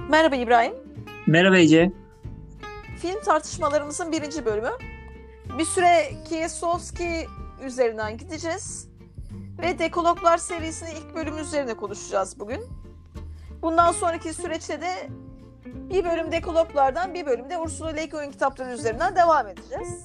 Merhaba İbrahim. Merhaba Ece. Film tartışmalarımızın birinci bölümü. Bir süre Kieslowski üzerinden gideceğiz. Ve Dekologlar serisinin ilk bölümü üzerine konuşacağız bugün. Bundan sonraki süreçte de bir bölüm Dekologlardan, bir bölüm de Ursula Le Guin kitapları üzerinden devam edeceğiz.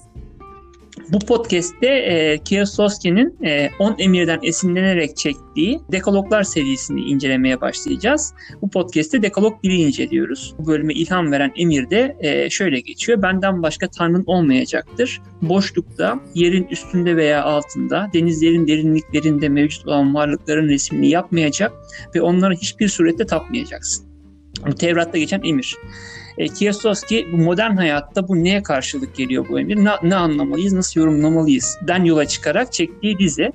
Bu podcast'te Kieslowski'nin 10 Emir'den esinlenerek çektiği Dekologlar serisini incelemeye başlayacağız. Bu podcast'te Dekolog 1'i inceliyoruz. Bu bölüme ilham veren emir de şöyle geçiyor. Benden başka tanrın olmayacaktır. Boşlukta, yerin üstünde veya altında, denizlerin derinliklerinde mevcut olan varlıkların resmini yapmayacak ve onlara hiçbir surette tapmayacaksın. Bu Tevrat'ta geçen emir. Kieslowski bu modern hayatta bu neye karşılık geliyor bu emir? Ne anlamalıyız, nasıl yorumlamalıyız? Den yola çıkarak çektiği dizi.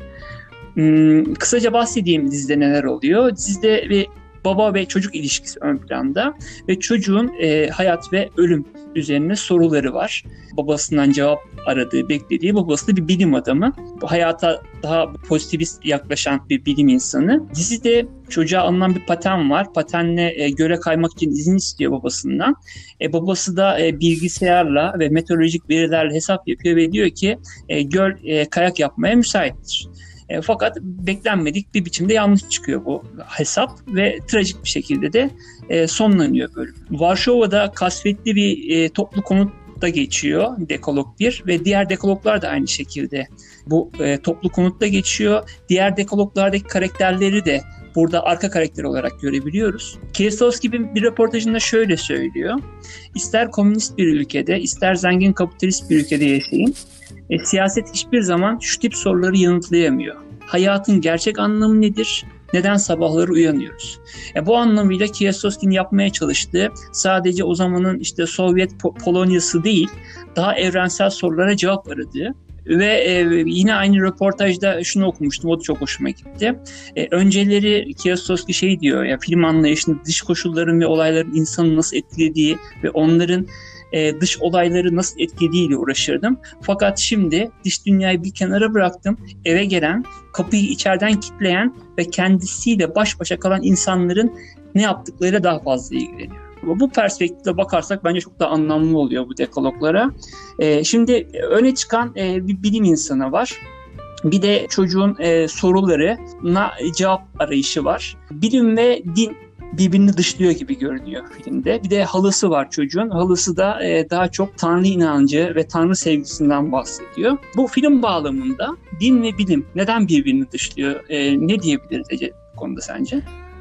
Kısaca bahsedeyim dizide neler oluyor. Dizide bir baba ve çocuk ilişkisi ön planda ve çocuğun hayat ve ölüm üzerine soruları var. Babasından cevap aradığı, beklediği. Babası da bir bilim adamı. Bu hayata daha pozitivist yaklaşan bir bilim insanı. Dizide çocuğa alınan bir paten var. Patenle göle kaymak için izin istiyor babasından. Babası da bilgisayarla ve meteorolojik verilerle hesap yapıyor ve diyor ki göl kayak yapmaya müsaittir. Fakat beklenmedik bir biçimde yanlış çıkıyor bu hesap ve trajik bir şekilde de sonlanıyor bölüm. Varşova'da kasvetli bir toplu konutta geçiyor Dekolog 1 ve diğer Dekologlar da aynı şekilde bu toplu konutta geçiyor. Diğer Dekologlardaki karakterleri de burada arka karakter olarak görebiliyoruz. Kieslowski bir röportajında şöyle söylüyor. İster komünist bir ülkede, ister zengin kapitalist bir ülkede yaşayın. Siyaset hiçbir zaman şu tip soruları yanıtlayamıyor. Hayatın gerçek anlamı nedir? Neden sabahları uyanıyoruz? Bu anlamıyla Kieslowski'nin yapmaya çalıştığı sadece o zamanın Sovyet Polonyası değil, daha evrensel sorulara cevap aradığı. Ve yine aynı röportajda şunu okumuştum, o da çok hoşuma gitti. Önceleri Kieslowski diyor ya, film anlayışında dış koşulların ve olayların insanı nasıl etkilediği ve onların dış olayları nasıl etkilediğiyle uğraşırdım. Fakat şimdi dış dünyayı bir kenara bıraktım. Eve gelen, kapıyı içeriden kilitleyen ve kendisiyle baş başa kalan insanların ne yaptıklarıyla daha fazla ilgileniyorum. Bu perspektifle bakarsak bence çok da anlamlı oluyor bu dekologlara. Şimdi öne çıkan bir bilim insanı var. Bir de çocuğun sorularına cevap arayışı var. Bilim ve din birbirini dışlıyor gibi görünüyor filmde. Bir de halası var çocuğun. Halası da daha çok Tanrı inancı ve Tanrı sevgisinden bahsediyor. Bu film bağlamında din ve bilim neden birbirini dışlıyor? Ne diyebiliriz Ece bu konuda sence?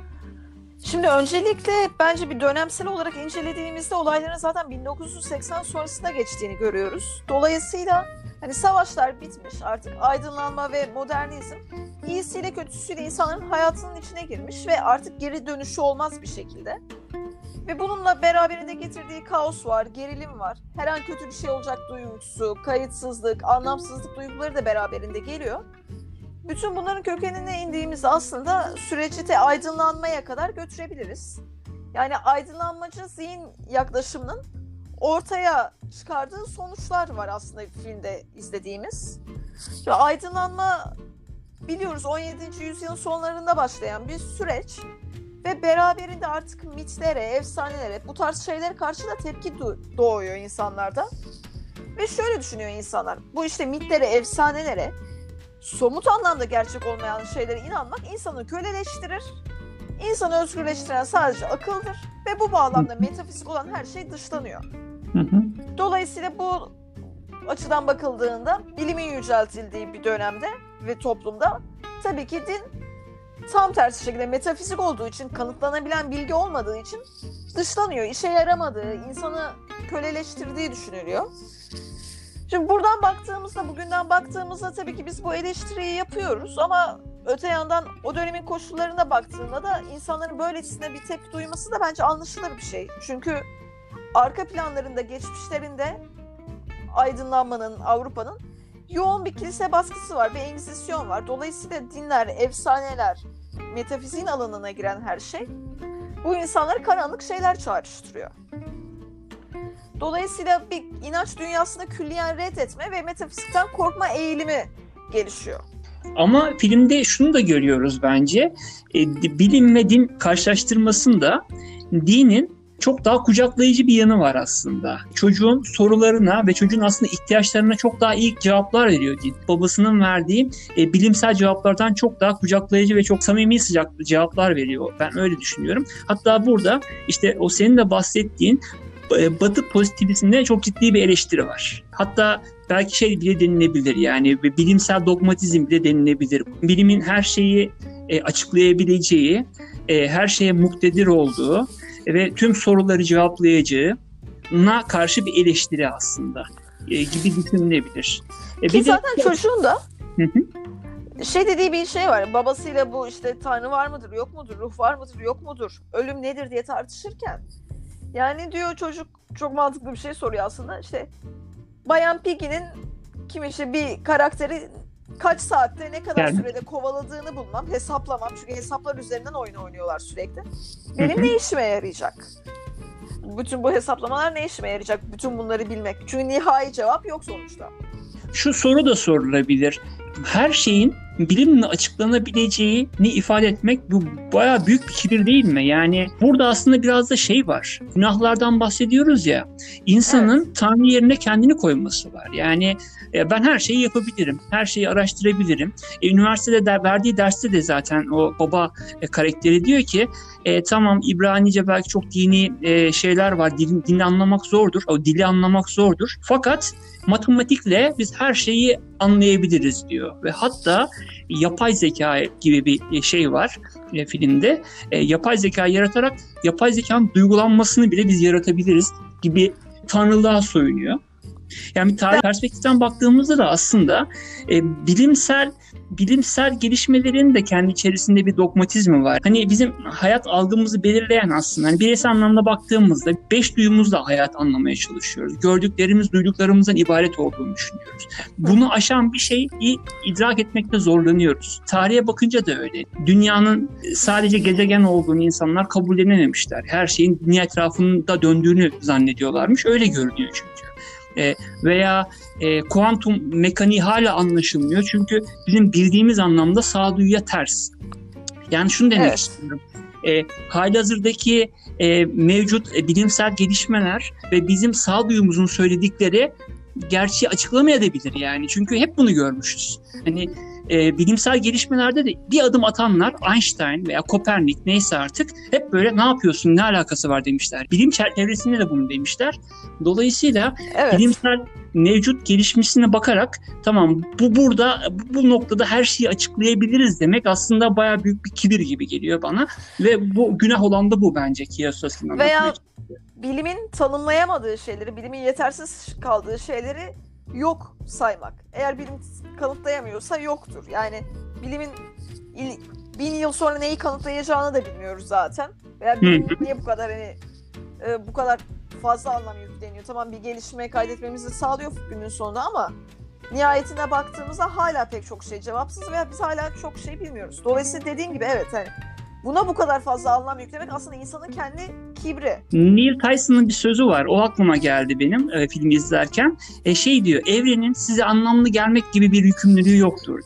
Şimdi öncelikle bence bir dönemsel olarak incelediğimizde olayların zaten 1980 sonrasında geçtiğini görüyoruz. Dolayısıyla hani savaşlar bitmiş, artık aydınlanma ve modernizm iyisiyle kötüsüyle insanların hayatının içine girmiş ve artık geri dönüşü olmaz bir şekilde. Ve bununla beraberinde getirdiği kaos var, gerilim var. Her an kötü bir şey olacak duygusu, kayıtsızlık, anlamsızlık duyguları da beraberinde geliyor. Bütün bunların kökenine indiğimizde aslında süreci de aydınlanmaya kadar götürebiliriz. Yani aydınlanmacı zihin yaklaşımının ortaya çıkardığı sonuçlar var aslında filmde izlediğimiz. Ve aydınlanma biliyoruz 17. yüzyılın sonlarında başlayan bir süreç ve beraberinde artık mitlere, efsanelere, bu tarz şeylere karşı da tepki doğuyor insanlarda. Ve şöyle düşünüyor insanlar, bu mitlere, efsanelere, somut anlamda gerçek olmayan şeylere inanmak insanı köleleştirir. İnsanı özgürleştiren sadece akıldır ve bu bağlamda metafizik olan her şey dışlanıyor. Dolayısıyla bu açıdan bakıldığında bilimin yüceltildiği bir dönemde ve toplumda tabii ki din tam tersi şekilde metafizik olduğu için, kanıtlanabilen bilgi olmadığı için dışlanıyor. İşe yaramadığı, insanı köleleştirdiği düşünülüyor. Şimdi buradan baktığımızda, bugünden baktığımızda tabii ki biz bu eleştiriyi yapıyoruz ama öte yandan o dönemin koşullarına baktığında da insanların böylesine bir tepki duyması da bence anlaşılır bir şey. Çünkü arka planlarında, geçmişlerinde aydınlanmanın, Avrupa'nın yoğun bir kilise baskısı var, bir Engizisyon var. Dolayısıyla dinler, efsaneler, metafiziğin alanına giren her şey bu insanları karanlık şeyler çağrıştırıyor. Dolayısıyla bir inanç dünyasını külliyen reddetme ve metafizikten korkma eğilimi gelişiyor. Ama filmde şunu da görüyoruz bence. Bilim ve din karşılaştırmasında dinin çok daha kucaklayıcı bir yanı var aslında. Çocuğun sorularına ve çocuğun aslında ihtiyaçlarına çok daha iyi cevaplar veriyor din. Babasının verdiği bilimsel cevaplardan çok daha kucaklayıcı ve çok samimi sıcak cevaplar veriyor. Ben öyle düşünüyorum. Hatta burada işte o senin de bahsettiğin Batı pozitivizmine çok ciddi bir eleştiri var. Hatta belki şey bile denilebilir, yani bilimsel dogmatizm bile denilebilir. Bilimin her şeyi açıklayabileceği, her şeye muktedir olduğu ve tüm soruları cevaplayacağına karşı bir eleştiri aslında gibi düşünülebilir. Ki zaten çocuğun da şey dediği bir şey var. Babasıyla bu işte Tanrı var mıdır, yok mudur, ruh var mıdır, yok mudur, ölüm nedir diye tartışırken yani diyor çocuk, çok mantıklı bir şey soruyor aslında. İşte Bayan Piggy'nin işte bir karakteri kaç saatte ne kadar sürede kovaladığını bulmam, hesaplamam. Çünkü hesaplar üzerinden oyun oynuyorlar sürekli. Benim ne işime yarayacak? Bütün bu hesaplamalar ne işime yarayacak? Bütün bunları bilmek. Çünkü nihai cevap yok sonuçta. Şu soru da sorulabilir. Her şeyin bilimle açıklanabileceğini ifade etmek bu bayağı büyük bir kibir değil mi? Yani burada aslında biraz da şey var. Günahlardan bahsediyoruz ya. İnsanın Tanrı yerine kendini koyması var. Yani ben her şeyi yapabilirim. Her şeyi araştırabilirim. Üniversitede verdiği derste de zaten o baba karakteri diyor ki tamam, İbranice belki çok dini şeyler var. Dini anlamak zordur. O dili anlamak zordur. Fakat matematikle biz her şeyi anlayabiliriz diyor. Ve hatta yapay zeka gibi bir şey var filmde. Yapay zeka yaratarak yapay zekanın duygulanmasını bile biz yaratabiliriz gibi tanrılığa soyunuyor. Yani bir tarih perspektiften baktığımızda da aslında bilimsel gelişmelerin de kendi içerisinde bir dogmatizmi var. Hani bizim hayat algımızı belirleyen aslında, hani bireysel anlamda baktığımızda 5 duyumuzla hayat anlamaya çalışıyoruz. Gördüklerimiz, duyduklarımızdan ibaret olduğunu düşünüyoruz. Bunu aşan bir şeyi idrak etmekte zorlanıyoruz. Tarihe bakınca da öyle. Dünyanın sadece gezegen olduğunu insanlar kabullenememişler. Her şeyin dünya etrafında döndüğünü zannediyorlarmış. Öyle görünüyor çünkü. Veya kuantum mekaniği hala anlaşılmıyor. Çünkü bizim bildiğimiz anlamda sağduyuya ters. Yani şunu demek istiyorum. Halihazırdaki mevcut bilimsel gelişmeler ve bizim sağduyumuzun söyledikleri gerçeği açıklamayabilir yani. Çünkü hep bunu görmüşüz. Hani bilimsel gelişmelerde de bir adım atanlar, Einstein veya Kopernik neyse artık, hep böyle ne yapıyorsun, ne alakası var demişler. Bilim çevresinde de bunu demişler. Dolayısıyla bilimsel mevcut gelişmesine bakarak tamam, bu noktada her şeyi açıklayabiliriz demek aslında bayağı büyük bir kibir gibi geliyor bana. Ve bu günah olan da bu bence Kiyososhi'nin. Veya bilimin tanımlayamadığı şeyleri, bilimin yetersiz kaldığı şeyleri yok saymak. Eğer bilim kanıtlayamıyorsa yoktur. Yani bilimin 1000 yıl sonra neyi kanıtlayacağını da bilmiyoruz zaten. Veya bilim niye bu kadar fazla anlam yükleniyor. Tamam, bir gelişme kaydetmemizi sağlıyor günün sonunda ama nihayetine baktığımızda hala pek çok şey cevapsız veya biz hala çok şey bilmiyoruz. Dolayısıyla dediğin gibi hani buna bu kadar fazla anlam yüklemek aslında insanın kendi kibri. Neil Tyson'ın bir sözü var. O aklıma geldi benim filmi izlerken. Şey diyor, evrenin size anlamlı gelmek gibi bir yükümlülüğü yoktur.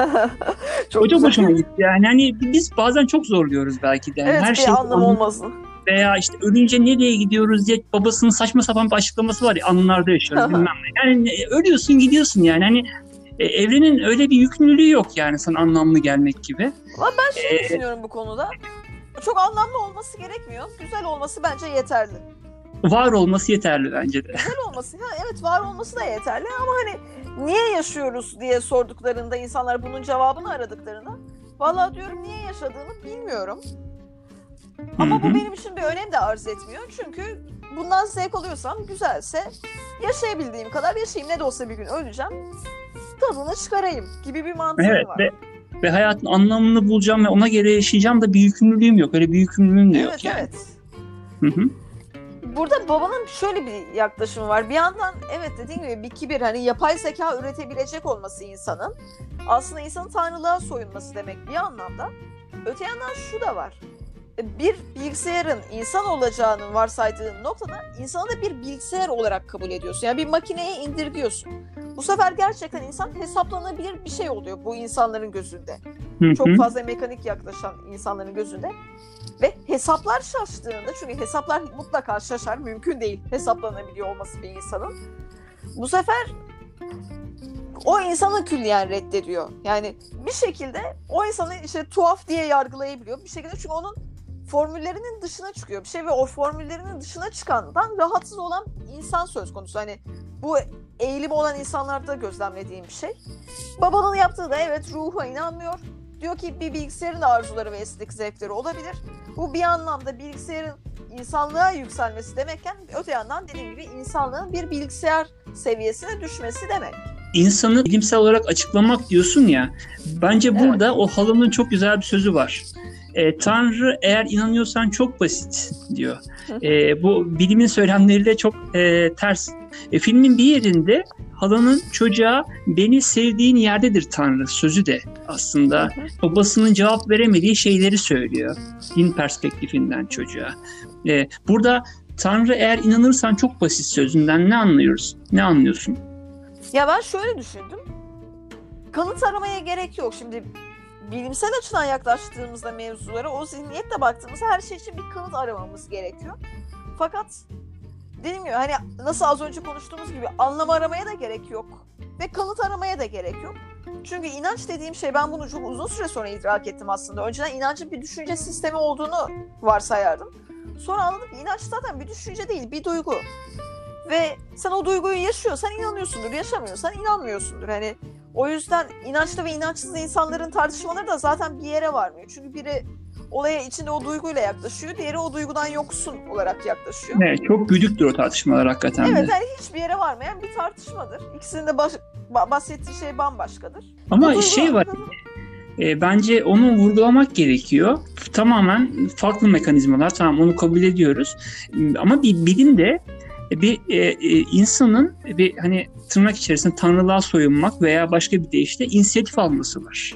Çok hoşuma gitti. Yani hani biz bazen çok zorluyoruz belki de. Yani evet, her bir anlam olmasın. Veya işte ölünce nereye gidiyoruz diye babasının saçma sapan bir açıklaması var ya, anılarda yaşıyoruz bilmem ne. Yani ölüyorsun gidiyorsun yani. Hani evrenin öyle bir yükümlülüğü yok yani sana anlamlı gelmek gibi. Ama ben düşünüyorum bu konuda. Çok anlamlı olması gerekmiyor. Güzel olması bence yeterli. Var olması yeterli bence de. Güzel olması, evet, var olması da yeterli ama hani niye yaşıyoruz diye sorduklarında, insanlar bunun cevabını aradıklarında, vallahi diyorum niye yaşadığını bilmiyorum. Ama bu benim için bir önem de arz etmiyor. Çünkü bundan zevk alıyorsam, güzelse yaşayabildiğim kadar yaşayayım. Ne de olsa bir gün öleceğim. Tadını çıkarayım gibi bir mantığı var. Ve hayatın anlamını bulacağım ve ona göre yaşayacağım da bir yükümlülüğüm yok. Öyle bir yükümlülüğüm de yok yani. Evet. Burada babanın şöyle bir yaklaşımı var. Bir yandan evet, dediğim gibi bir kibir. Hani yapay zeka üretebilecek olması insanın. Aslında insanın tanrılığa soyunması demek bir anlamda. Öte yandan şu da var. Bir bilgisayarın insan olacağını varsaydığın noktada insanı da bir bilgisayar olarak kabul ediyorsun. Yani bir makineye indirgiyorsun. Bu sefer gerçekten insan hesaplanabilir bir şey oluyor bu insanların gözünde. Hı Çok hı. fazla mekanik yaklaşan insanların gözünde. Ve hesaplar şaştığında, çünkü hesaplar mutlaka şaşar, mümkün değil hesaplanabiliyor olması bir insanın. Bu sefer o insanı külliyen reddediyor. Yani bir şekilde o insanı işte tuhaf diye yargılayabiliyor. Bir şekilde, çünkü onun formüllerinin dışına çıkıyor bir şey ve o formüllerinin dışına çıkandan rahatsız olan insan söz konusu. Hani bu eğilimi olan insanlarda gözlemlediğim bir şey. Babanın yaptığı da evet, ruha inanmıyor. Diyor ki bir bilgisayarın da arzuları ve estetik zevkleri olabilir. Bu bir anlamda bilgisayarın insanlığa yükselmesi demekken, öte yandan dediğim gibi insanlığın bir bilgisayar seviyesine düşmesi demek. İnsanı bilimsel olarak açıklamak diyorsun ya. Bence burada o halamın çok güzel bir sözü var. Tanrı eğer inanıyorsan çok basit diyor. Bu bilimin söylemleriyle çok ters. Filmin bir yerinde halanın çocuğa beni sevdiğin yerdedir Tanrı sözü de aslında babasının cevap veremediği şeyleri söylüyor. Din perspektifinden çocuğa. Burada Tanrı eğer inanırsan çok basit sözünden ne anlıyoruz? Ne anlıyorsun? Ya ben şöyle düşündüm. Kanıt aramaya gerek yok. Şimdi bilimsel açıdan yaklaştığımızda mevzulara, o zihniyetle baktığımızda her şey için bir kanıt aramamız gerekiyor. Fakat dediğim gibi, hani nasıl az önce konuştuğumuz gibi, anlam aramaya da gerek yok. Ve kanıt aramaya da gerek yok. Çünkü inanç dediğim şey, ben bunu çok uzun süre sonra idrak ettim aslında. Önceden inancın bir düşünce sistemi olduğunu varsayardım. Sonra anladım ki inanç zaten bir düşünce değil, bir duygu. Ve sen o duyguyu yaşıyorsan inanıyorsundur, yaşamıyorsan inanmıyorsundur. Hani o yüzden inançlı ve inançsız insanların tartışmaları da zaten bir yere varmıyor. Çünkü biri olaya içinde o duyguyla yaklaşıyor, diğeri o duygudan yoksun olarak yaklaşıyor. Evet, çok güdüktür o tartışmalar hakikaten de. Evet, yani hiçbir yere varmayan bir tartışmadır. İkisinin de bahsettiği şey bambaşkadır. Ama şey var, bence onu vurgulamak gerekiyor. Tamamen farklı mekanizmalar, tamam, onu kabul ediyoruz. Ama bir bilim de bir insanın bir, hani tırnak içerisinde tanrılığa soyunmak veya başka bir deyişle inisiyatif alması var.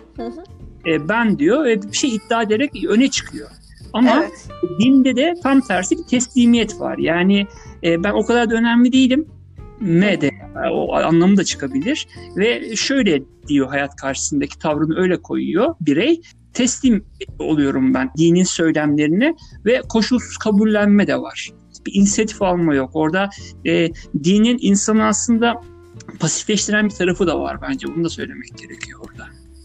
Ben diyor bir şey iddia ederek öne çıkıyor. Ama dinde de tam tersi bir teslimiyet var. Yani ben o kadar da önemli değilim. De o anlamı da çıkabilir. Ve şöyle diyor, hayat karşısındaki tavrını öyle koyuyor birey. Teslim oluyorum ben dinin söylemlerine ve koşulsuz kabullenme de var. Bir inisiyatif alma yok. Orada dinin insanı aslında pasifleştiren bir tarafı da var bence. Bunu da söylemek gerekiyor orada.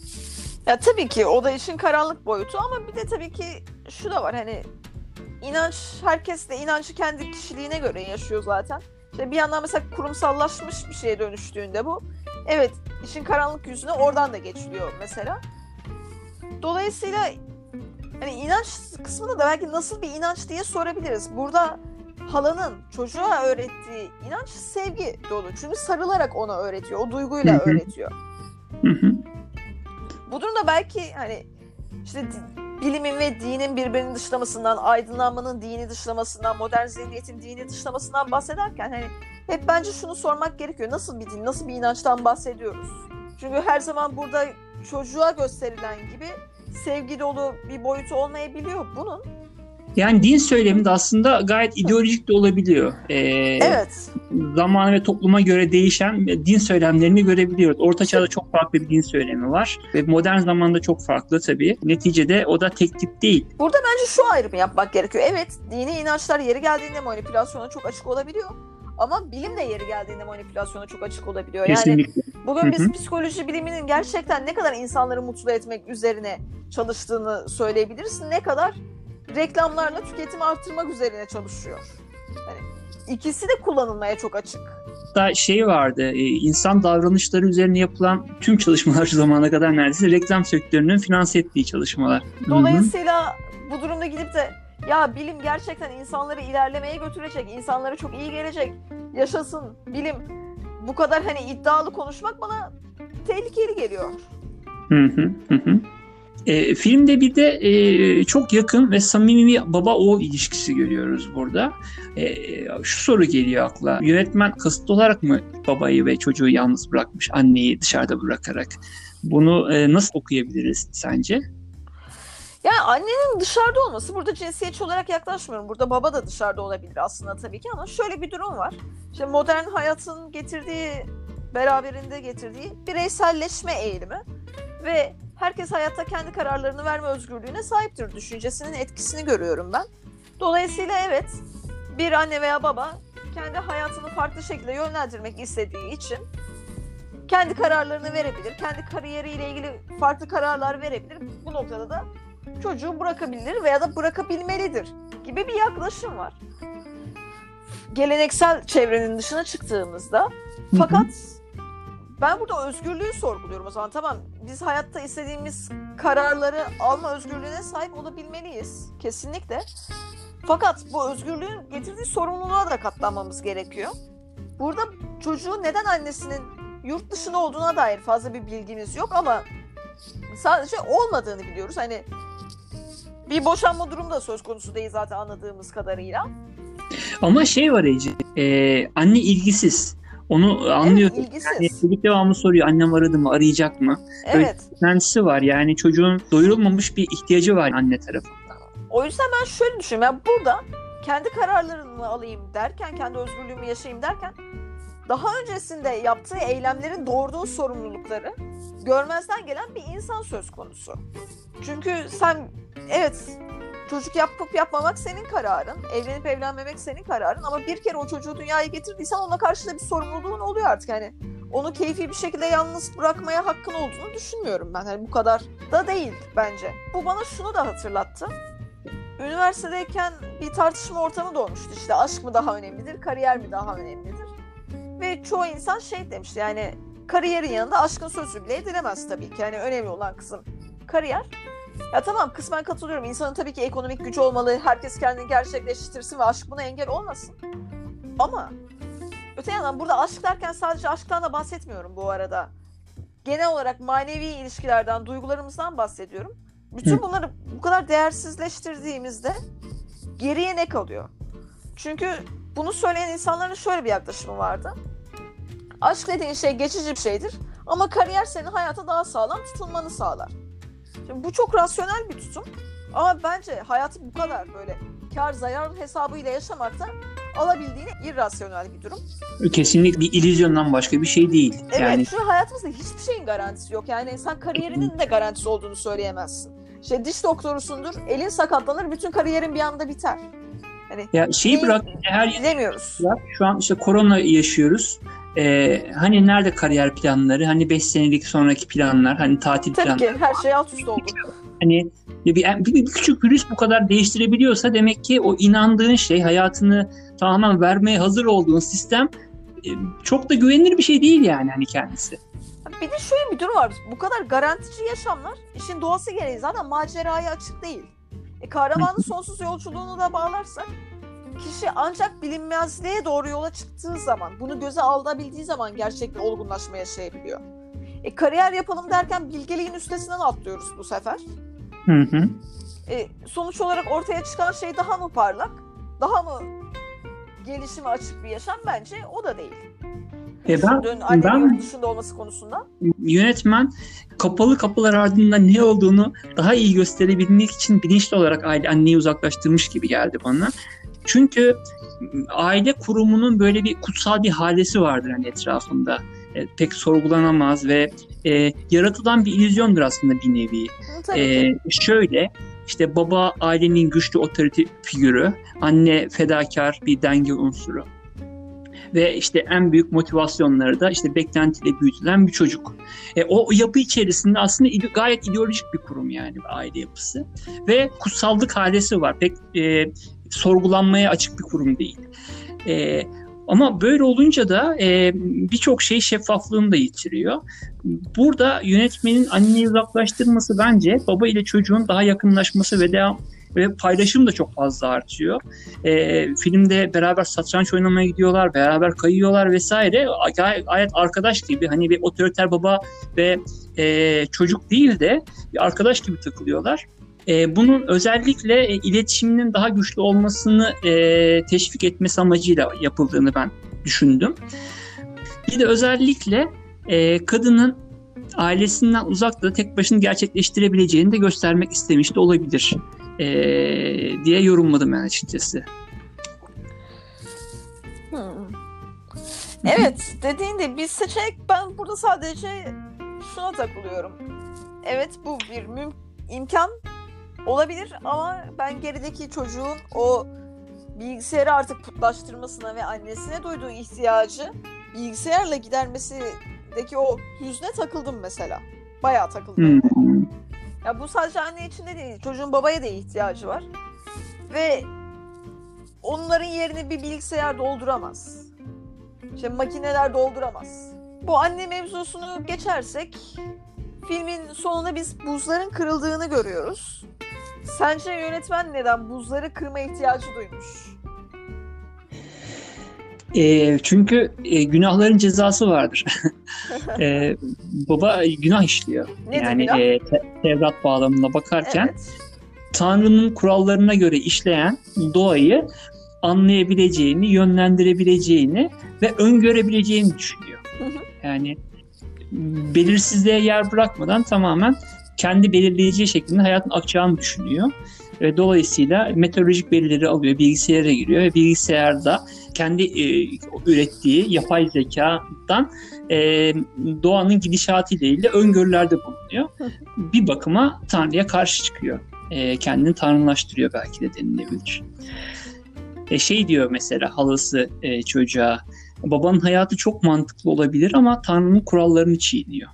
Ya tabii ki o da işin karanlık boyutu, ama bir de tabii ki şu da var, hani inanç, herkes de inancı kendi kişiliğine göre yaşıyor zaten. İşte bir yandan mesela kurumsallaşmış bir şeye dönüştüğünde bu, evet, işin karanlık yüzüne oradan da geçiliyor mesela. Dolayısıyla hani inanç kısmında da belki nasıl bir inanç diye sorabiliriz. Burada halanın çocuğa öğrettiği inanç sevgi dolu. Çünkü sarılarak ona öğretiyor, o duyguyla öğretiyor. Bu durumda belki hani işte bilimin ve dinin birbirini dışlamasından, aydınlanmanın dini dışlamasından, modern zihniyetin dini dışlamasından bahsederken hani hep bence şunu sormak gerekiyor. Nasıl bir din, nasıl bir inançtan bahsediyoruz? Çünkü her zaman burada çocuğa gösterilen gibi sevgi dolu bir boyutu olmayabiliyor bunun. Yani din söylemi de aslında gayet ideolojik de olabiliyor. Evet. Zamana ve topluma göre değişen din söylemlerini görebiliyoruz. Orta Çağ'da çok farklı bir din söylemi var. Ve modern zamanda çok farklı tabii. Neticede o da tek tip değil. Burada bence şu ayrımı yapmak gerekiyor. Evet, dini inançlar yeri geldiğinde manipülasyona çok açık olabiliyor. Ama bilim de yeri geldiğinde manipülasyona çok açık olabiliyor. Kesinlikle. Yani bugün biz psikoloji biliminin gerçekten ne kadar insanları mutlu etmek üzerine çalıştığını söyleyebiliriz. Ne kadar reklamlarla tüketimi arttırmak üzerine çalışıyor. Yani ikisi de kullanılmaya çok açık. Da şey vardı, insan davranışları üzerine yapılan tüm çalışmalar şu zamana kadar neredeyse reklam sektörünün finanse ettiği çalışmalar. Dolayısıyla bu durumda gidip de ya bilim gerçekten insanları ilerlemeye götürecek, insanlara çok iyi gelecek, yaşasın bilim, bu kadar hani iddialı konuşmak bana tehlikeli geliyor. Filmde bir de çok yakın ve samimi bir baba-oğul ilişkisi görüyoruz burada. Şu soru geliyor akla. Yönetmen kasıtlı olarak mı babayı ve çocuğu yalnız bırakmış, anneyi dışarıda bırakarak? Bunu nasıl okuyabiliriz sence? Yani annenin dışarıda olması, burada cinsiyetçi olarak yaklaşmıyorum. Burada baba da dışarıda olabilir aslında tabii ki, ama şöyle bir durum var. İşte modern hayatın getirdiği beraberinde getirdiği bireyselleşme eğilimi ve herkes hayatta kendi kararlarını verme özgürlüğüne sahiptir düşüncesinin etkisini görüyorum ben. Dolayısıyla evet, bir anne veya baba kendi hayatını farklı şekilde yönlendirmek istediği için kendi kararlarını verebilir, kendi kariyeriyle ilgili farklı kararlar verebilir. Bu noktada da çocuğu bırakabilir veya da bırakabilmelidir gibi bir yaklaşım var. Geleneksel çevrenin dışına çıktığımızda, fakat ben burada özgürlüğü sorguluyorum o zaman. Tamam, biz hayatta istediğimiz kararları alma özgürlüğüne sahip olabilmeliyiz kesinlikle. Fakat bu özgürlüğün getirdiği sorumluluğa da katlanmamız gerekiyor. Burada çocuğun neden annesinin yurt dışında olduğuna dair fazla bir bilgimiz yok ama sadece olmadığını biliyoruz. Hani bir boşanma durumu da söz konusu değil zaten anladığımız kadarıyla. Ama şey var Ece, anne ilgisiz. Onu anlıyorum. Evet, ilgisiz. Yani çocuk devamlı soruyor, annem aradı mı, arayacak mı? Evet. Öyle var. Yani çocuğun doyurulmamış bir ihtiyacı var anne tarafından. O yüzden ben şöyle düşünüyorum. Yani burada kendi kararlarımı alayım derken, kendi özgürlüğümü yaşayayım derken daha öncesinde yaptığı eylemlerin doğurduğu sorumlulukları görmezden gelen bir insan söz konusu. Çünkü sen evet, çocuk yapıp yapmamak senin kararın, evlenip evlenmemek senin kararın ama bir kere o çocuğu dünyaya getirdiysen ona karşı da bir sorumluluğun oluyor artık. Yani onu keyfi bir şekilde yalnız bırakmaya hakkın olduğunu düşünmüyorum ben. Yani bu kadar da değil bence. Bu bana şunu da hatırlattı. Üniversitedeyken bir tartışma ortamı doğmuştu. İşte aşk mı daha önemlidir, kariyer mi daha önemlidir? Ve çoğu insan şey demişti, yani kariyerin yanında aşkın sözü bile edilemez tabii ki. Yani önemli olan kısım kariyer. Ya tamam, kısmen katılıyorum. İnsanın tabii ki ekonomik gücü olmalı, herkes kendini gerçekleştirsin ve aşk buna engel olmasın. Ama öte yandan burada aşk derken sadece aşktan da bahsetmiyorum bu arada. Genel olarak manevi ilişkilerden, duygularımızdan bahsediyorum. Bütün bunları bu kadar değersizleştirdiğimizde geriye ne kalıyor? Çünkü bunu söyleyen insanların şöyle bir yaklaşımı vardı. Aşk dediğin şey geçici bir şeydir ama kariyer senin hayata daha sağlam tutunmanı sağlar. Şimdi bu çok rasyonel bir tutum ama bence hayatı bu kadar böyle kar zarar hesabıyla yaşamak da alabildiğine irrasyonel bir durum. Kesinlikle bir illüzyondan başka bir şey değil. Evet, Yani şu hayatımızda hiçbir şeyin garantisi yok. Yani sen kariyerinin de garantisi olduğunu söyleyemezsin. İşte diş doktorusundur, elin sakatlanır, bütün kariyerin bir anda biter. Hani ya şeyi bırak, her bilemiyoruz. şu an işte korona yaşıyoruz. Hani nerede kariyer planları? Hani 5 senelik sonraki planlar, hani tatil planları. Tabii ki her şey alt üst oldu. Hani bir küçük virüs bu kadar değiştirebiliyorsa demek ki o inandığın şey, hayatını tamamen vermeye hazır olduğun sistem çok da güvenilir bir şey değil yani hani kendisi. Bir de şöyle bir durum var. Bu kadar garantici yaşamlar işin doğası gereği zaten maceraya açık değil. Kahramanın sonsuz yolculuğunu da bağlarsak kişi ancak bilinmezliğe doğru yola çıktığı zaman, bunu göze alabildiği zaman gerçek bir olgunlaşma yaşayabiliyor. Kariyer yapalım derken bilgeliğin üstesinden atlıyoruz bu sefer. Sonuç olarak ortaya çıkan şey daha mı parlak, daha mı gelişime açık bir yaşam? Bence o da değil. Ben dışında olması konusunda. Yönetmen kapalı kapılar ardında ne olduğunu daha iyi gösterebilmek için bilinçli olarak anneyi uzaklaştırmış gibi geldi bana. Çünkü aile kurumunun böyle bir kutsal bir halesi vardır hani etrafında. Pek sorgulanamaz ve yaratılan bir illüzyondur aslında bir nevi. Şöyle, işte baba ailenin güçlü otorite figürü, anne fedakar bir denge unsuru. Ve işte en büyük motivasyonları da işte beklentiyle büyütülen bir çocuk. O yapı içerisinde aslında gayet ideolojik bir kurum yani aile yapısı. Ve kutsallık halesi var. Pek sorgulanmaya açık bir kurum değil. Ama böyle olunca da birçok şey şeffaflığını da yitiriyor. Burada yönetmenin anneyi uzaklaştırması bence baba ile çocuğun daha yakınlaşması ve paylaşım da çok fazla artıyor. Filmde beraber satranç oynamaya gidiyorlar, beraber kayıyorlar vesaire. Gayet arkadaş gibi, hani bir otoriter baba ve çocuk değil de bir arkadaş gibi takılıyorlar. Bunun özellikle iletişiminin daha güçlü olmasını teşvik etmesi amacıyla yapıldığını ben düşündüm. Bir de özellikle kadının ailesinden uzakta tek başına gerçekleştirebileceğini de göstermek istemiş de olabilir diye yorumladım ben açıkçası. Evet, dediğinde bir seçenek, ben burada sadece şuna takılıyorum. Evet, bu bir imkan olabilir ama ben gerideki çocuğun o bilgisayarı artık putlaştırmasına ve annesine duyduğu ihtiyacı bilgisayarla gidermesindeki o hüzne takıldım mesela. Bayağı takıldım. Ya bu sadece anne için de değil, çocuğun babaya da ihtiyacı var. Ve onların yerini bir bilgisayar dolduramaz. İşte makineler dolduramaz. Bu anne mevzusunu geçersek, filmin sonunda biz buzların kırıldığını görüyoruz. Sence yönetmen neden buzları kırma ihtiyacı duymuş? Çünkü günahların cezası vardır. Baba günah işliyor. Nedir yani günah? Tevrat bağlamına bakarken Evet. Tanrı'nın kurallarına göre işleyen doğayı anlayabileceğini, yönlendirebileceğini ve öngörebileceğini düşünüyor. Yani belirsizliğe yer bırakmadan tamamen kendi belirleyeceği şeklinde hayatın akacağını düşünüyor. Ve dolayısıyla meteorolojik verileri alıyor, bilgisayara giriyor ve bilgisayarda kendi ürettiği yapay zekadan doğanın gidişatı ile ilgili öngörülerde bulunuyor. Bir bakıma Tanrı'ya karşı çıkıyor. Kendini tanrılaştırıyor belki de denilebilir. Şey diyor mesela halası çocuğa, babanın hayatı çok mantıklı olabilir ama Tanrı'nın kurallarını çiğniyor.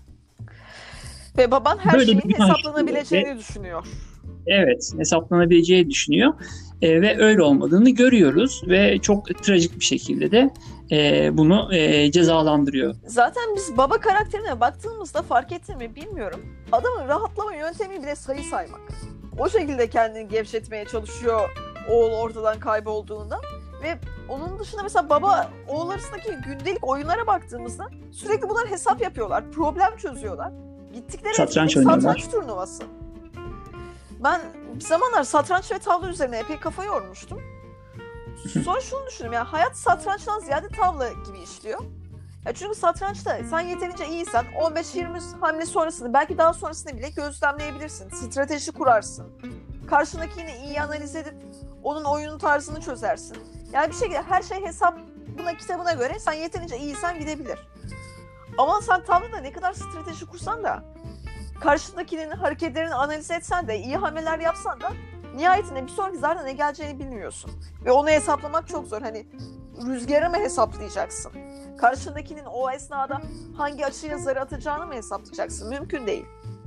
Ve baban her Böyle şeyin bir günah hesaplanabileceğini düşünüyor. Evet, hesaplanabileceğini düşünüyor ve öyle olmadığını görüyoruz ve çok trajik bir şekilde de bunu cezalandırıyor. Zaten biz baba karakterine baktığımızda fark ettin mi bilmiyorum. Adamın rahatlama yöntemi bile sayı saymak. O şekilde kendini gevşetmeye çalışıyor oğul ortadan kaybolduğunda. Ve onun dışında mesela baba oğul arasındaki gündelik oyunlara baktığımızda sürekli bunlar hesap yapıyorlar, problem çözüyorlar. Gittikleri Satranç etkinlik oynuyorlar. satranç turnuvası. Ben bir zamanlar satranç ve tavla üzerine epey kafa yormuştum. Sonra şunu düşündüm, ya hayat satrançtan ziyade tavla gibi işliyor. Ya çünkü satrançta sen yeterince iyiysen 15-20 hamle sonrasını, belki daha sonrasını bile gözlemleyebilirsin. Strateji kurarsın. Karşındakini iyi analiz edip onun oyunun tarzını çözersin. Yani bir şekilde her şey hesabına, kitabına göre sen yeterince iyiysen gidebilir. Ama sen tavlada ne kadar strateji kursan da, karşındakinin hareketlerini analiz etsen de, iyi hamleler yapsan da nihayetinde bir sonraki zarda ne geleceğini bilmiyorsun. Ve onu hesaplamak çok zor. Hani rüzgarı mı hesaplayacaksın? Karşındakinin o esnada hangi açıya zarı atacağını mı hesaplayacaksın? Mümkün değil.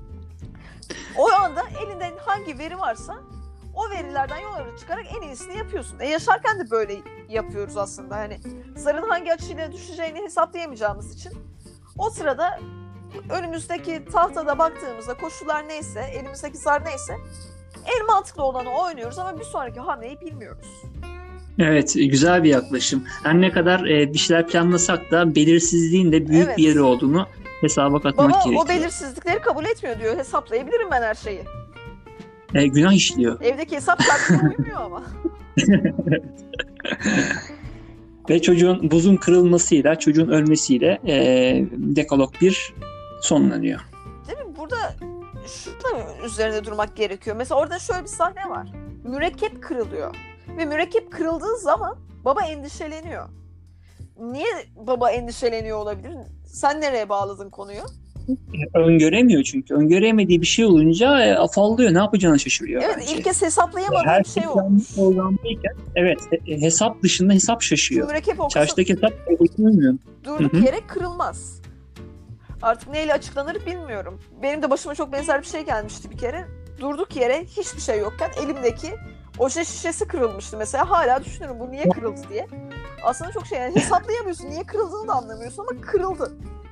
O anda elinde hangi veri varsa o verilerden yola çıkarak en iyisini yapıyorsun. Yaşarken de böyle yapıyoruz aslında. Hani zarın hangi açıyla düşeceğini hesaplayamayacağımız için o sırada önümüzdeki tahtada baktığımızda koşullar neyse, elimizdeki zar neyse en mantıklı olanı oynuyoruz ama bir sonraki hamleyi bilmiyoruz. Evet, güzel bir yaklaşım. Her ne kadar bir şeyler planlasak da belirsizliğin de büyük Evet. bir yeri olduğunu hesaba katmak Baba gerekiyor. o belirsizlikleri kabul etmiyor diyor. Hesaplayabilirim ben her şeyi. Günah işliyor. Evdeki hesap kartına uymuyor ama. Ve çocuğun buzun kırılmasıyla, çocuğun ölmesiyle Dekalog 1 sonlanıyor. Değil mi? Burada şurada üzerinde durmak gerekiyor. Mesela orada şöyle bir sahne var. Mürekkep kırılıyor. Ve mürekkep kırıldığı zaman baba endişeleniyor. Niye baba endişeleniyor olabilir? Sen nereye bağladın konuyu? Öngöremiyor çünkü. Öngöremediği bir şey olunca afallıyor. Ne yapacağını şaşırıyor Evet, bence. ilk kez hesaplayamadığı Her bir şey şey olmuş. programdayken evet hesap dışında hesap şaşıyor. Mürekkep o Çarşıdaki hesap beklenmiyor. durduk Hı hı. yere kırılmaz. Artık neyle açıklanır bilmiyorum. Benim de başıma çok benzer bir şey gelmişti bir kere. Durduk yere hiçbir şey yokken elimdeki oje şişesi kırılmıştı mesela. Hala düşünüyorum bu niye kırıldı diye. Aslında çok şey, yani hesaplayamıyorsun. Niye kırıldığını da anlamıyorsun ama kırıldı.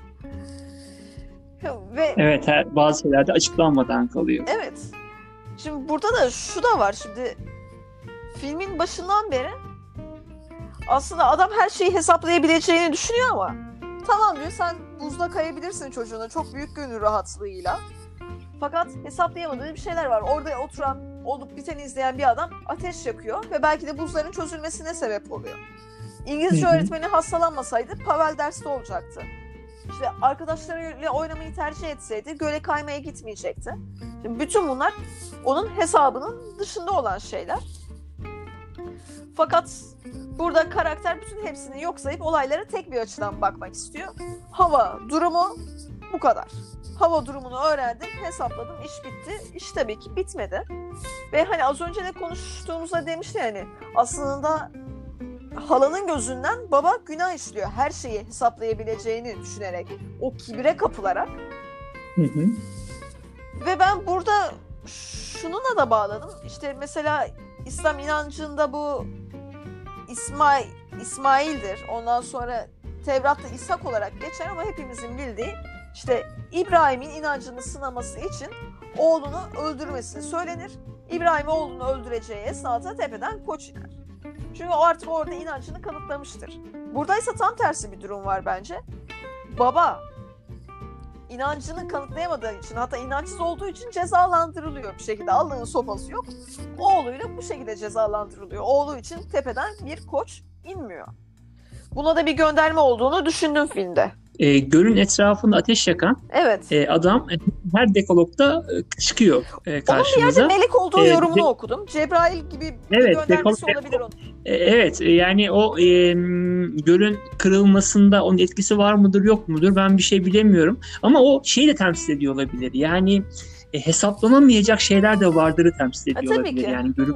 Ve Evet, bazı şeyler de açıklanmadan kalıyor. evet. Şimdi burada da şu da var. Şimdi filmin başından beri aslında adam her şeyi hesaplayabileceğini düşünüyor ama tamam diyor, sen buzda kayabilirsin çocuğuna çok büyük gönül rahatlığıyla. Fakat hesaplayamadığı bir şeyler var. Orada oturan, olup biteni izleyen bir adam ateş yakıyor ve belki de buzların çözülmesine sebep oluyor. İngilizce öğretmeni hastalanmasaydı Pavel derste olacaktı. İşte arkadaşlarıyla oynamayı tercih etseydi göle kaymaya gitmeyecekti. Şimdi bütün bunlar onun hesabının dışında olan şeyler. Fakat Burada karakter bütün hepsini yok sayıp olaylara tek bir açıdan bakmak istiyor. Hava durumu bu kadar. Hava durumunu öğrendim, hesapladım, iş bitti. İş tabii ki bitmedi. Ve hani az önce de konuştuğumuzda demişti yani aslında halanın gözünden baba günah işliyor. Her şeyi hesaplayabileceğini düşünerek, o kibre kapılarak. Hı hı. Ve ben burada şununla da bağladım. İşte mesela İslam inancında bu İsmail'dir. Ondan sonra Tevrat'ta İshak olarak geçer ama hepimizin bildiği işte İbrahim'in inancını sınaması için oğlunu öldürmesi söylenir. İbrahim oğlunu öldüreceği esnada tepeden koç iner. Çünkü o artık orada inancını kanıtlamıştır. Buradaysa tam tersi bir durum var bence. Baba inancını kanıtlayamadığı için, hatta inançsız olduğu için cezalandırılıyor bir şekilde. Allah'ın sopası yok. Oğluyla bu şekilde cezalandırılıyor. Oğlu için tepeden bir koç inmiyor. Buna da bir gönderme olduğunu düşündüm filmde. Gölün etrafında ateş yakan Evet. adam her dekalogda çıkıyor Onun bir karşımıza. yerde melek olduğu yorumunu okudum. Cebrail gibi bir göndermesi olabilir onun. Evet, yani o gölün kırılmasında onun etkisi var mıdır yok mudur ben bir şey bilemiyorum. Ama o şeyi de temsil ediyor olabilir. Yani hesaplanamayacak şeyler de vardırı temsil ediyor tabii olabilir. ki. Yani gölün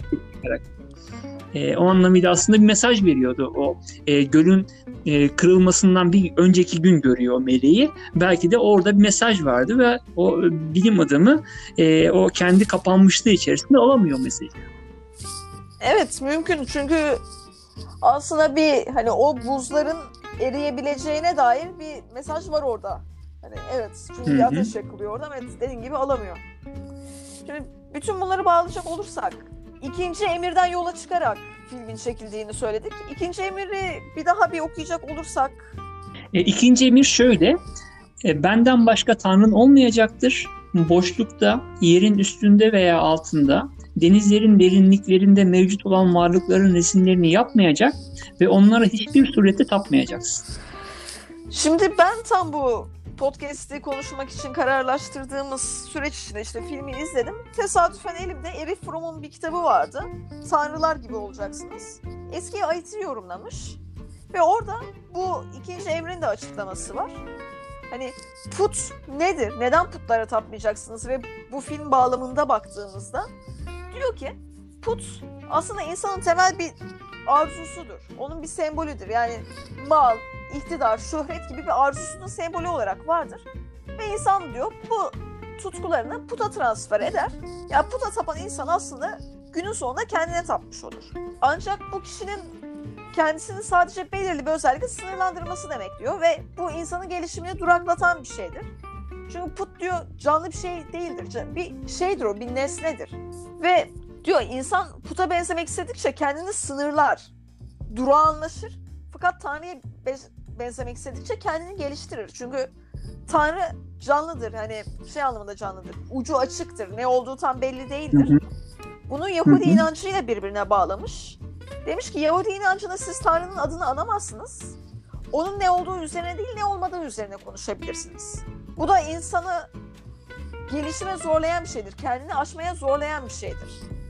o anlamıyla aslında bir mesaj veriyordu. O gölün kırılmasından bir önceki gün görüyor o meleği. Belki de orada bir mesaj vardı ve o bilim adamı o kendi kapanmışlığı içerisinde alamıyor mesajı. Evet, mümkün çünkü aslında bir hani o buzların eriyebileceğine dair bir mesaj var orada. Hani evet, çünkü bir ateş yakılıyor orada. Evet, dediğin gibi alamıyor. Şimdi bütün bunları bağlayacak olursak, İkinci Emir'den yola çıkarak filmin çekildiğini söyledik. İkinci Emir'i bir daha bir okuyacak olursak. İkinci emir şöyle. Benden başka tanrın olmayacaktır. Boşlukta, yerin üstünde veya altında, denizlerin derinliklerinde mevcut olan varlıkların resimlerini yapmayacak ve onlara hiçbir surette tapmayacaksın. Şimdi ben tam bu podcast'i konuşmak için kararlaştırdığımız süreç içinde işte filmi izledim. Tesadüfen elimde Erich Fromm'un bir kitabı vardı. Tanrılar gibi olacaksınız. Eski Ayet'i yorumlamış. Ve orada bu ikinci emrin de açıklaması var. Hani put nedir? Neden putlara tapmayacaksınız? Ve bu film bağlamında baktığımızda diyor ki put aslında insanın temel bir arzusudur. Onun bir sembolüdür. Yani mal, iktidar, şöhret gibi bir arzusunun sembolü olarak vardır. Ve insan diyor bu tutkularını puta transfer eder. Ya puta tapan insan aslında günün sonunda kendine tapmış olur. Ancak bu kişinin kendisini sadece belirli bir özellikle sınırlandırması demek diyor ve bu insanın gelişimini duraklatan bir şeydir. Çünkü put diyor canlı bir şey değildir. Bir şeydir o, bir nesnedir. Ve diyor insan puta benzemek istedikçe kendini sınırlar, durağanlaşır. Fakat Tanrı'ya benzemek istedikçe kendini geliştirir. Çünkü Tanrı canlıdır. Hani şey anlamında canlıdır. Ucu açıktır. Ne olduğu tam belli değildir. Bunu Yahudi inancıyla birbirine bağlamış. Demiş ki Yahudi inancında siz Tanrı'nın adını anamazsınız. Onun ne olduğu üzerine değil, ne olmadığı üzerine konuşabilirsiniz. Bu da insanı gelişime zorlayan bir şeydir. Kendini aşmaya zorlayan bir şeydir.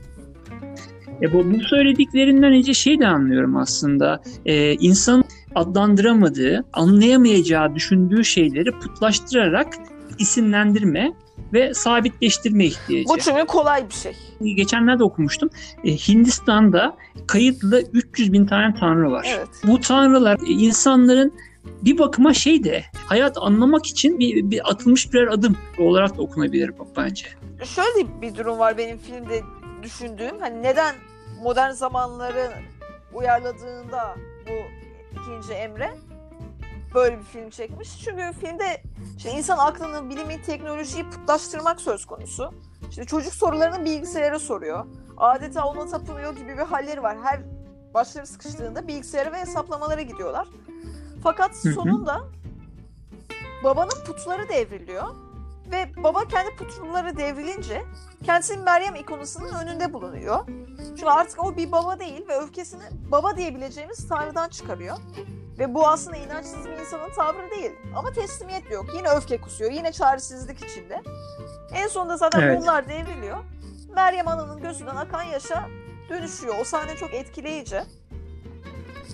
Bu söylediklerinden önce şey de anlıyorum aslında. İnsanın adlandıramadığı, anlayamayacağı düşündüğü şeyleri putlaştırarak isimlendirme ve sabitleştirme ihtiyacı. Bu çünkü kolay bir şey. Geçenlerde okumuştum. Hindistan'da kayıtlı 300 bin tane tanrı var. Evet. Bu tanrılar insanların bir bakıma hayat anlamak için bir atılmış birer adım olarak da okunabilir bence. Şöyle bir durum var benim filmde düşündüğüm. Hani neden modern zamanları uyarladığında bu ikinci Emre böyle bir film çekmiş? Çünkü filmde işte insan aklını, bilimi, teknolojiyi putlaştırmak söz konusu. İşte çocuk sorularını bilgisayara soruyor. Adeta ona tapınıyor gibi bir halleri var. Her başları sıkıştığında bilgisayara ve hesaplamalara gidiyorlar. Fakat sonunda babanın putları devriliyor. Ve baba kendi putları devrilince kendisinin Meryem ikonusunun önünde bulunuyor. Çünkü artık o bir baba değil ve öfkesini baba diyebileceğimiz Tanrı'dan çıkarıyor. Ve bu aslında inançsız bir insanın tavrı değil. Ama teslimiyet yok. Yine öfke kusuyor. Yine çaresizlik içinde. En sonunda zaten bunlar devriliyor. Meryem Ana'nın gözünden akan yaşa dönüşüyor. O sahne çok etkileyici.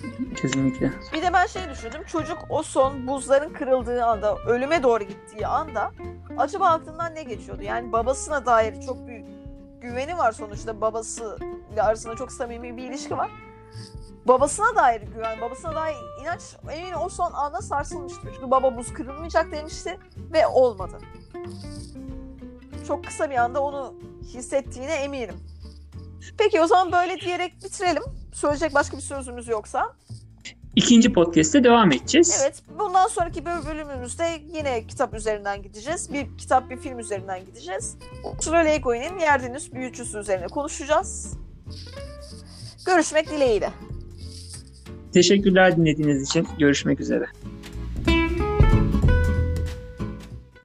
Kesinlikle. Bir de ben şey düşündüm. Çocuk o son buzların kırıldığı anda, ölüme doğru gittiği anda acaba aklından ne geçiyordu? Yani babasına dair çok büyük güveni var sonuçta. Babasıyla arasında çok samimi bir ilişki var. Babasına dair güven, babasına dair inanç eminim o son anda sarsılmıştı. Çünkü baba buz kırılmayacak demişti ve olmadı. Çok kısa bir anda onu hissettiğine eminim. Peki o zaman böyle diyerek bitirelim. Söyleyecek başka bir sözümüz yoksa. İkinci podcast'te devam edeceğiz. Evet, bundan sonraki bölümümüzde yine kitap üzerinden gideceğiz. Bir kitap, bir film üzerinden gideceğiz. Ursula Le Guin'in Yerdeniz Büyücüsü üzerine konuşacağız. Görüşmek dileğiyle. Teşekkürler dinlediğiniz için. Görüşmek üzere.